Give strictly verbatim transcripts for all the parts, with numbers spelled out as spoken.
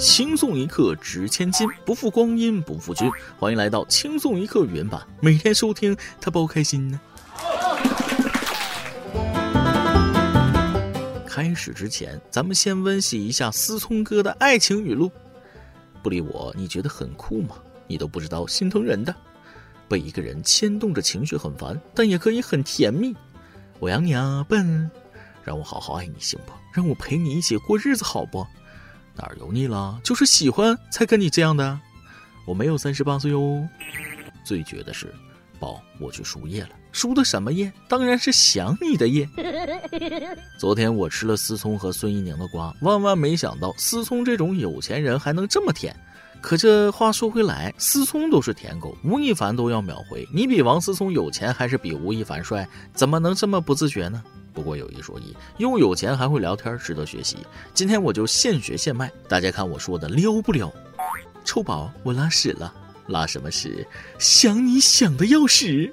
轻松一刻值千金，不负光阴不负君。欢迎来到轻松一刻原版，每天收听它包开心呢。开始之前，咱们先温习一下思聪哥的爱情语录。不理我，你觉得很酷吗？你都不知道心疼人的。被一个人牵动着情绪很烦，但也可以很甜蜜。我养你啊，笨。让我好好爱你行不？让我陪你一起过日子好不？哪儿油腻了？就是喜欢才跟你这样的。我没有三十八岁哦。最绝的是，宝，我去输液了。输的什么液？当然是想你的液。昨天我吃了思聪和孙一宁的瓜，万万没想到思聪这种有钱人还能这么甜。可这话说回来，思聪都是舔狗，吴亦凡都要秒回。你比王思聪有钱还是比吴亦凡帅？怎么能这么不自觉呢？不过有一说一，又有钱还会聊天，值得学习。今天我就现学现卖，大家看我说的撩不撩？臭宝，我拉屎了。拉什么屎？想你想的要屎。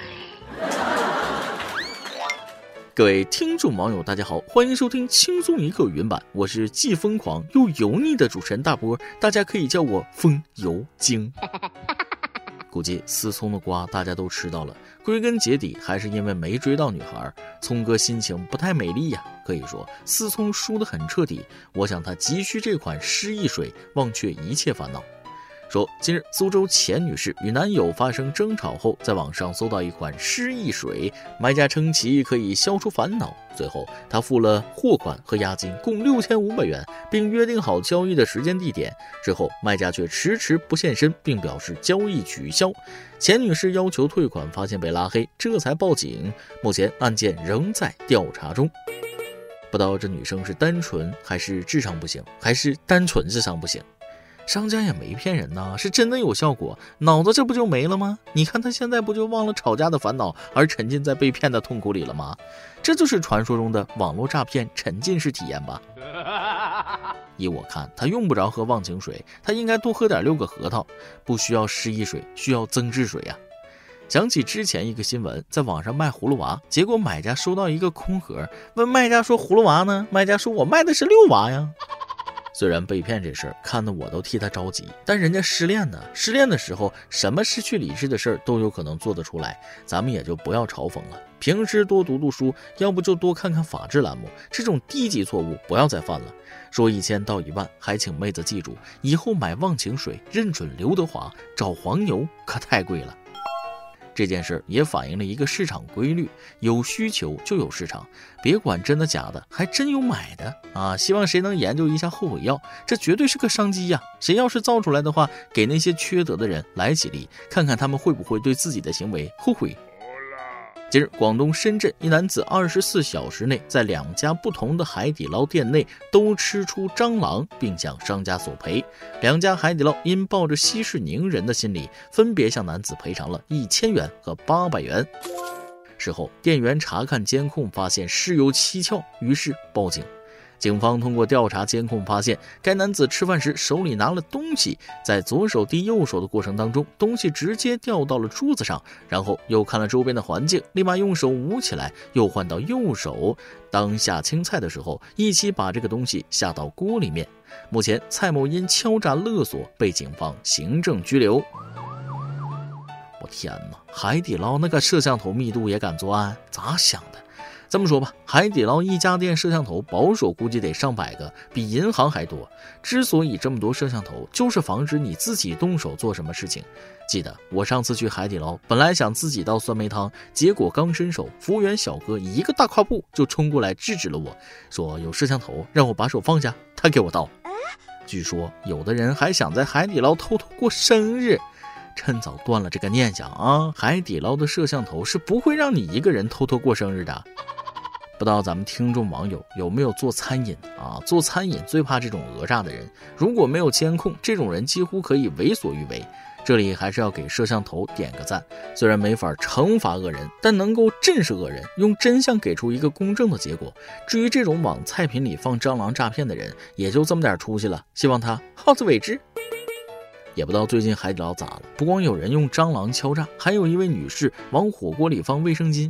各位听众网友大家好，欢迎收听轻松一刻原版，我是既疯狂又油腻的主持人大波，大家可以叫我风油精。估计思聪的瓜大家都吃到了，归根结底还是因为没追到女孩，聪哥心情不太美丽呀。可以说思聪输得很彻底，我想他急需这款失忆水忘却一切烦恼。说近日苏州钱女士与男友发生争吵后，在网上搜到一款失忆水，卖家称其可以消除烦恼。最后她付了货款和押金共六千五百元，并约定好交易的时间地点。之后卖家却迟迟不现身，并表示交易取消。钱女士要求退款，发现被拉黑，这才报警。目前案件仍在调查中。不知道这女生是单纯还是智商不行，还是单纯智商不行。商家也没骗人呐，是真的有效果，脑子这不就没了吗？你看他现在不就忘了吵架的烦恼，而沉浸在被骗的痛苦里了吗？这就是传说中的网络诈骗沉浸式体验吧。依我看，他用不着喝忘情水，他应该多喝点六个核桃，不需要失忆水，需要增智水啊。想起之前一个新闻，在网上卖葫芦娃，结果买家收到一个空盒，问卖家说葫芦娃呢？卖家说我卖的是六娃呀。虽然被骗这事儿看得我都替他着急，但人家失恋呢，失恋的时候什么失去理智的事儿都有可能做得出来，咱们也就不要嘲讽了。平时多读读书，要不就多看看法制栏目，这种低级错误不要再犯了。说一千到一万，还请妹子记住，以后买忘情水认准刘德华，找黄牛可太贵了。这件事也反映了一个市场规律，有需求就有市场，别管真的假的，还真有买的啊！希望谁能研究一下后悔药，这绝对是个商机呀！谁要是造出来的话，给那些缺德的人来几粒，看看他们会不会对自己的行为后悔。近日，广东深圳一男子二十四小时内在两家不同的海底捞店内都吃出蟑螂，并向商家索赔。两家海底捞因抱着息事宁人的心理，分别向男子赔偿了一千元和八百元。事后，店员查看监控发现事有蹊跷，于是报警。警方通过调查监控发现，该男子吃饭时手里拿了东西，在左手递右手的过程当中，东西直接掉到了桌子上，然后又看了周边的环境，立马用手捂起来，又换到右手，当下青菜的时候一起把这个东西下到锅里面。目前蔡某因敲诈勒索被警方行政拘留。我天哪，海底捞那个摄像头密度也敢作案，咋想的？这么说吧，海底捞一家店摄像头保守估计得上百个，比银行还多。之所以这么多摄像头，就是防止你自己动手做什么事情。记得我上次去海底捞，本来想自己倒酸梅汤，结果刚伸手，服务员小哥一个大跨步就冲过来制止了我，说有摄像头，让我把手放下，他给我倒。据说有的人还想在海底捞偷偷过生日，趁早断了这个念想啊！海底捞的摄像头是不会让你一个人偷偷过生日的。不知道咱们听众网友有没有做餐饮啊？做餐饮最怕这种讹诈的人，如果没有监控，这种人几乎可以为所欲为。这里还是要给摄像头点个赞，虽然没法惩罚恶人，但能够震慑恶人，用真相给出一个公正的结果。至于这种往菜品里放蟑螂诈骗的人，也就这么点出息了，希望他好自为之。也不知道最近海底捞咋了，不光有人用蟑螂敲诈，还有一位女士往火锅里放卫生巾。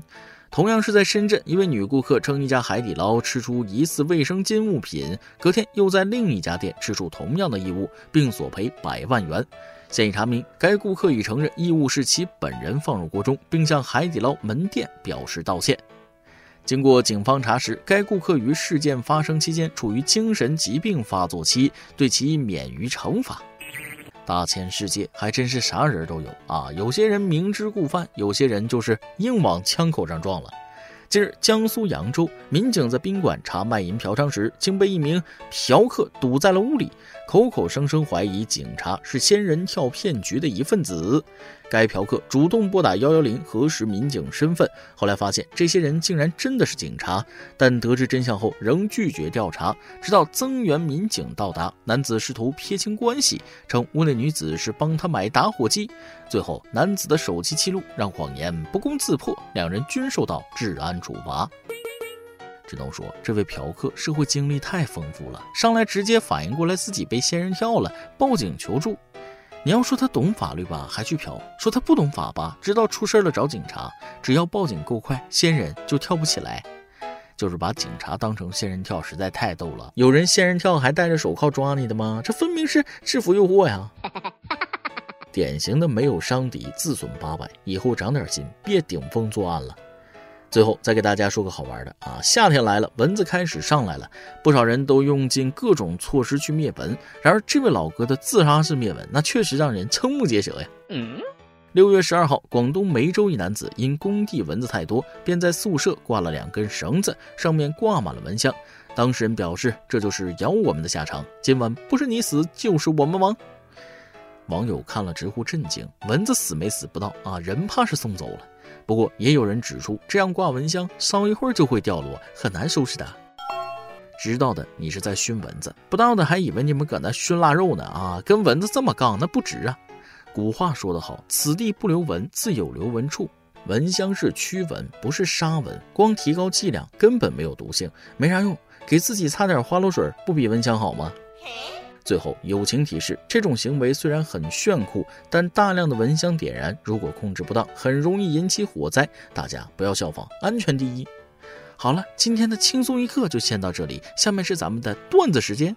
同样是在深圳，一位女顾客称一家海底捞吃出疑似卫生巾物品，隔天又在另一家店吃出同样的异物，并索赔百万元。现已查明，该顾客已承认异物是其本人放入锅中，并向海底捞门店表示道歉。经过警方查实，该顾客于事件发生期间处于精神疾病发作期，对其免于惩罚。大千世界还真是啥人都有啊！有些人明知故犯，有些人就是硬往枪口上撞了。近日，江苏扬州民警在宾馆查卖淫嫖娼时，竟被一名嫖客堵在了屋里，口口声声怀疑警察是仙人跳骗局的一份子。该嫖客主动拨打一一零核实民警身份，后来发现这些人竟然真的是警察，但得知真相后仍拒绝调查。直到增援民警到达，男子试图撇清关系，称屋内女子是帮他买打火机。最后，男子的手机记录让谎言不攻自破，两人均受到治安处罚。只能说这位嫖客社会经历太丰富了，上来直接反应过来自己被仙人跳了，报警求助。你要说他懂法律吧，还去嫖；说他不懂法吧，知道出事了找警察。只要报警够快，仙人就跳不起来。就是把警察当成仙人跳，实在太逗了。有人仙人跳还戴着手铐抓你的吗？这分明是制服诱惑呀！典型的没有伤敌自损八百，以后长点心，别顶风作案了。最后再给大家说个好玩的啊，夏天来了，蚊子开始上来了，不少人都用尽各种措施去灭蚊。然而这位老哥的自杀式灭蚊，那确实让人瞠目结舌呀。嗯，六月十二号，广东梅州一男子因工地蚊子太多，便在宿舍挂了两根绳子，上面挂满了蚊香。当事人表示，这就是咬我们的下场，今晚不是你死就是我们亡。网友看了直呼震惊，蚊子死没死不到啊，人怕是送走了。不过也有人指出，这样挂蚊香烧一会儿就会掉落，很难收拾的。知道的你是在熏蚊子，不知道的还以为你们搁那熏腊肉呢啊！跟蚊子这么杠，那不值啊。古话说得好，此地不留蚊，自有留蚊处。蚊香是驱蚊，不是杀蚊，光提高剂量根本没有毒性，没啥用。给自己擦点花露水，不比蚊香好吗？最后友情提示，这种行为虽然很炫酷，但大量的蚊香点燃如果控制不当，很容易引起火灾，大家不要效仿，安全第一。好了，今天的轻松一刻就先到这里，下面是咱们的段子时间。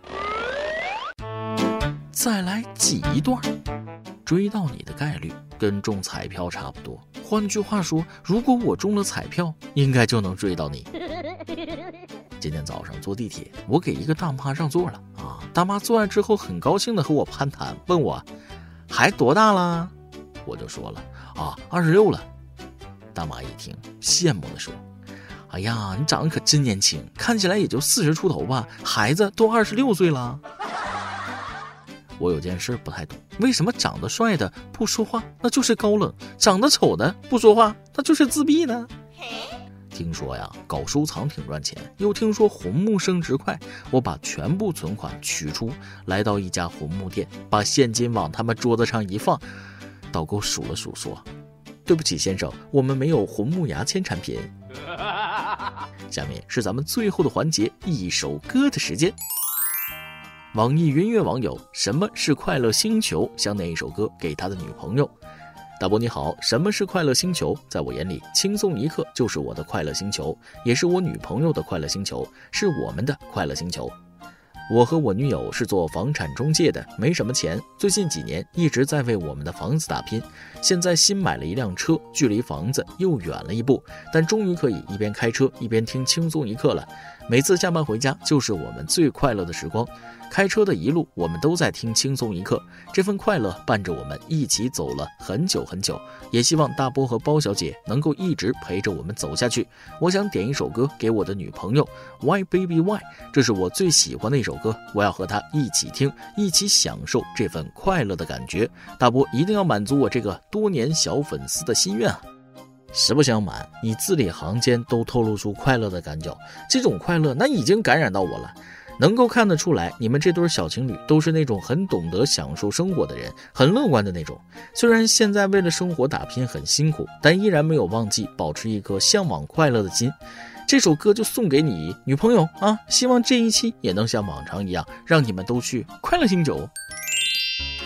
再来挤一段。追到你的概率跟中彩票差不多，换句话说，如果我中了彩票，应该就能追到你。今天早上坐地铁，我给一个大妈让座了啊！大妈坐完之后很高兴的和我攀谈，问我还多大了？我就说了啊，二十六了。大妈一听，羡慕的说：“哎呀，你长得可真年轻，看起来也就四十出头吧，孩子都二十六岁了。”我有件事不太懂，为什么长得帅的不说话那就是高冷，长得丑的不说话那就是自闭呢？听说呀，搞收藏挺赚钱，又听说红木升值快，我把全部存款取出，来到一家红木店，把现金往他们桌子上一放，导购数了数说：“对不起先生，我们没有红木牙签产品。”下面是咱们最后的环节，一首歌的时间。网易云乐网友什么是快乐星球想点一首歌给他的女朋友。大伯你好，什么是快乐星球？在我眼里，轻松一刻就是我的快乐星球，也是我女朋友的快乐星球，是我们的快乐星球。我和我女友是做房产中介的，没什么钱，最近几年一直在为我们的房子打拼，现在新买了一辆车，距离房子又远了一步，但终于可以一边开车一边听轻松一刻了。每次下班回家就是我们最快乐的时光，开车的一路我们都在听轻松一刻，这份快乐伴着我们一起走了很久很久，也希望大波和包小姐能够一直陪着我们走下去。我想点一首歌给我的女朋友 Why Baby Why， 这是我最喜欢的一首歌，我要和她一起听，一起享受这份快乐的感觉。大波一定要满足我这个多年小粉丝的心愿啊！实不相瞒，你字里行间都透露出快乐的感觉，这种快乐那已经感染到我了。能够看得出来，你们这对小情侣都是那种很懂得享受生活的人，很乐观的那种。虽然现在为了生活打拼很辛苦，但依然没有忘记保持一颗向往快乐的心。这首歌就送给你女朋友啊！希望这一期也能像往常一样，让你们都去快乐星球。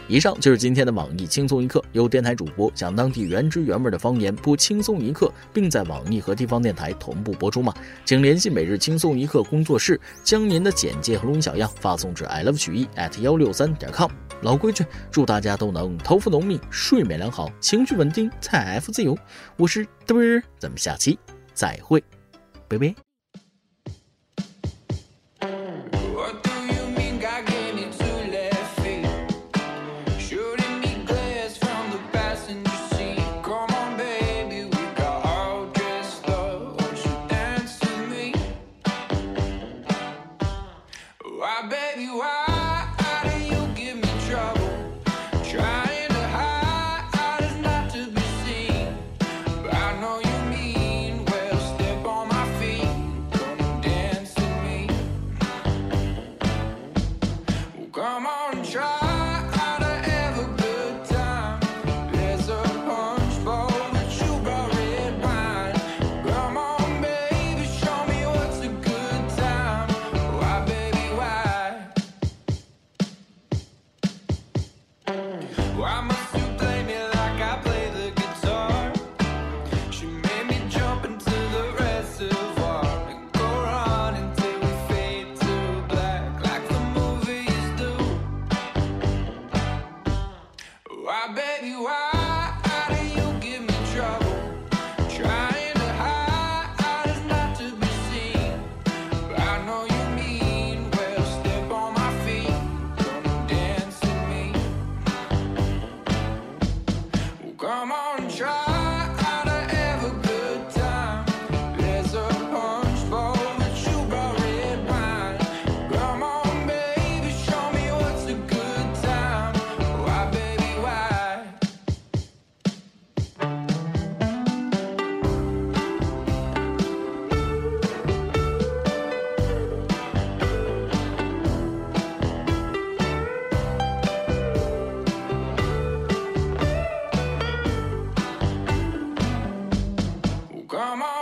以上就是今天的网易轻松一刻，由电台主播讲当地原汁原味的方言，不轻松一刻，并在网易和地方电台同步播出嘛？请联系每日轻松一刻工作室，将您的简介和录音小样发送至 i love 曲艺 at 一六三点 com。老规矩，祝大家都能头发浓密，睡眠良好，情绪稳定，财富自由。我是嘚儿，咱们下期再会，拜拜。 Come on.